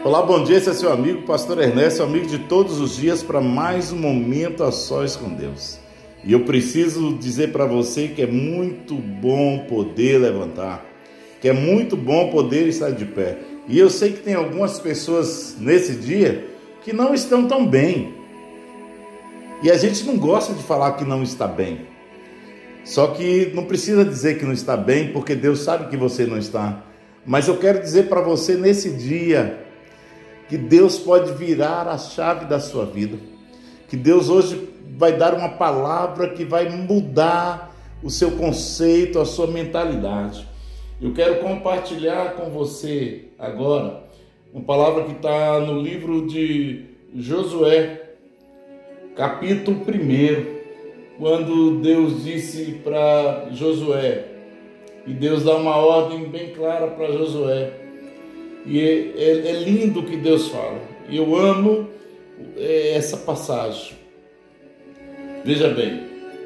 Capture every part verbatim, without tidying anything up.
Olá, bom dia, esse é seu amigo, pastor Ernesto, amigo de todos os dias, para mais um momento a sós com Deus. E eu preciso dizer para você que é muito bom poder levantar, que é muito bom poder estar de pé. E eu sei que tem algumas pessoas nesse dia que não estão tão bem. E a gente não gosta de falar que não está bem. Só que não precisa dizer que não está bem, porque Deus sabe que você não está. Mas eu quero dizer para você nesse dia que Deus pode virar a chave da sua vida. Que Deus hoje vai dar uma palavra que vai mudar o seu conceito, a sua mentalidade. Eu quero compartilhar com você agora uma palavra que está no livro de Josué, capítulo primeiro, quando Deus disse para Josué, e Deus dá uma ordem bem clara para Josué, e é, é, é lindo o que Deus fala. Eu amo essa passagem. Veja bem,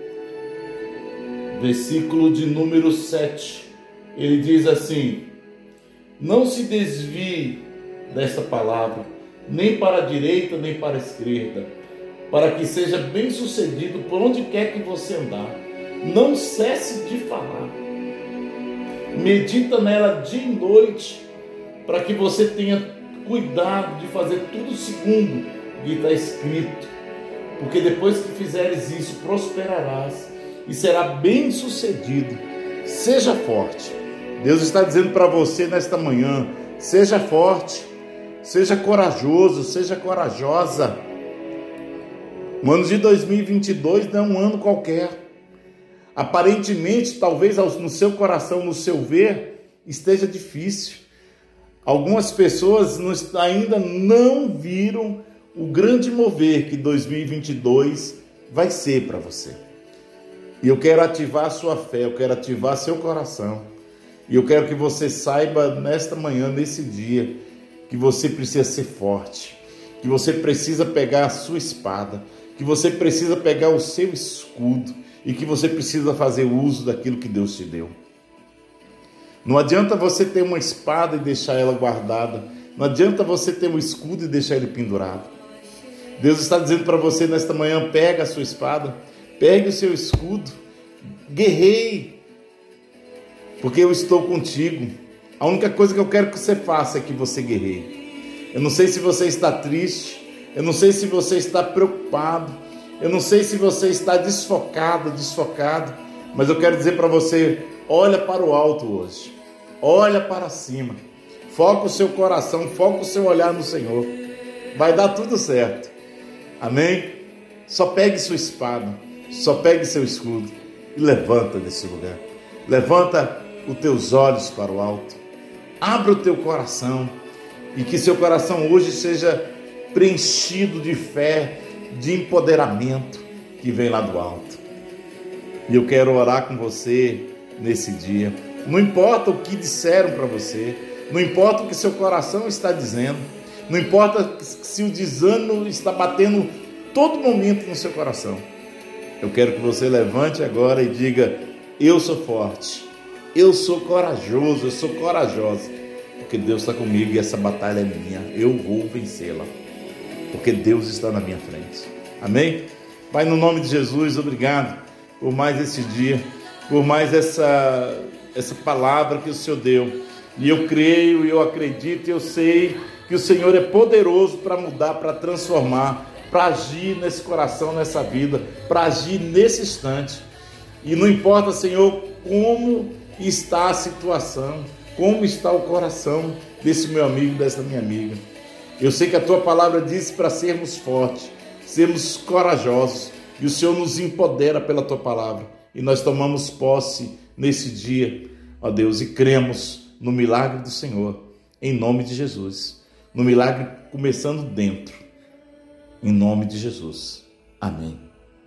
versículo de número sete, ele diz assim: não se desvie dessa palavra, nem para a direita, nem para a esquerda, para que seja bem sucedido por onde quer que você andar. Não cesse de falar, medita nela dia e noite, para que você tenha cuidado de fazer tudo segundo o que está escrito, porque depois que fizeres isso, prosperarás e será bem sucedido. Seja forte. Deus está dizendo para você nesta manhã: seja forte, seja corajoso, seja corajosa. O ano de dois mil e vinte e dois não é um ano qualquer. Aparentemente, talvez no seu coração, no seu ver, esteja difícil. Algumas pessoas ainda não viram o grande mover que dois mil e vinte e dois vai ser para você. E eu quero ativar a sua fé, eu quero ativar seu coração. E eu quero que você saiba nesta manhã, nesse dia, que você precisa ser forte, que você precisa pegar a sua espada, que você precisa pegar o seu escudo e que você precisa fazer uso daquilo que Deus te deu. Não adianta você ter uma espada e deixar ela guardada. Não adianta você ter um escudo e deixar ele pendurado. Deus está dizendo para você nesta manhã: pega a sua espada, pegue o seu escudo, guerreie, porque eu estou contigo. A única coisa que eu quero que você faça é que você guerreie. Eu não sei se você está triste, eu não sei se você está preocupado, eu não sei se você está desfocado, desfocado, mas eu quero dizer para você: olha para o alto hoje, olha para cima, foca o seu coração, foca o seu olhar no Senhor, vai dar tudo certo, amém? Só pegue sua espada, só pegue seu escudo e levanta desse lugar, levanta os teus olhos para o alto, abre o teu coração e que seu coração hoje seja preenchido de fé, de empoderamento que vem lá do alto. E eu quero orar com você nesse dia. Não importa o que disseram para você, não importa o que seu coração está dizendo, não importa se o desânimo está batendo todo momento no seu coração. Eu quero que você levante agora e diga: eu sou forte, eu sou corajoso, eu sou corajosa, porque Deus está comigo e essa batalha é minha, eu vou vencê-la, porque Deus está na minha frente. Amém? Pai, no nome de Jesus, obrigado por mais esse dia, por mais essa, essa palavra que o Senhor deu. E eu creio, e eu acredito, e eu sei que o Senhor é poderoso para mudar, para transformar, para agir nesse coração, nessa vida, para agir nesse instante. E não importa, Senhor, como está a situação, como está o coração desse meu amigo, dessa minha amiga. Eu sei que a Tua palavra diz para sermos fortes, sermos corajosos, e o Senhor nos empodera pela Tua palavra. E nós tomamos posse nesse dia, ó Deus, e cremos no milagre do Senhor, em nome de Jesus. No milagre começando dentro, em nome de Jesus. Amém.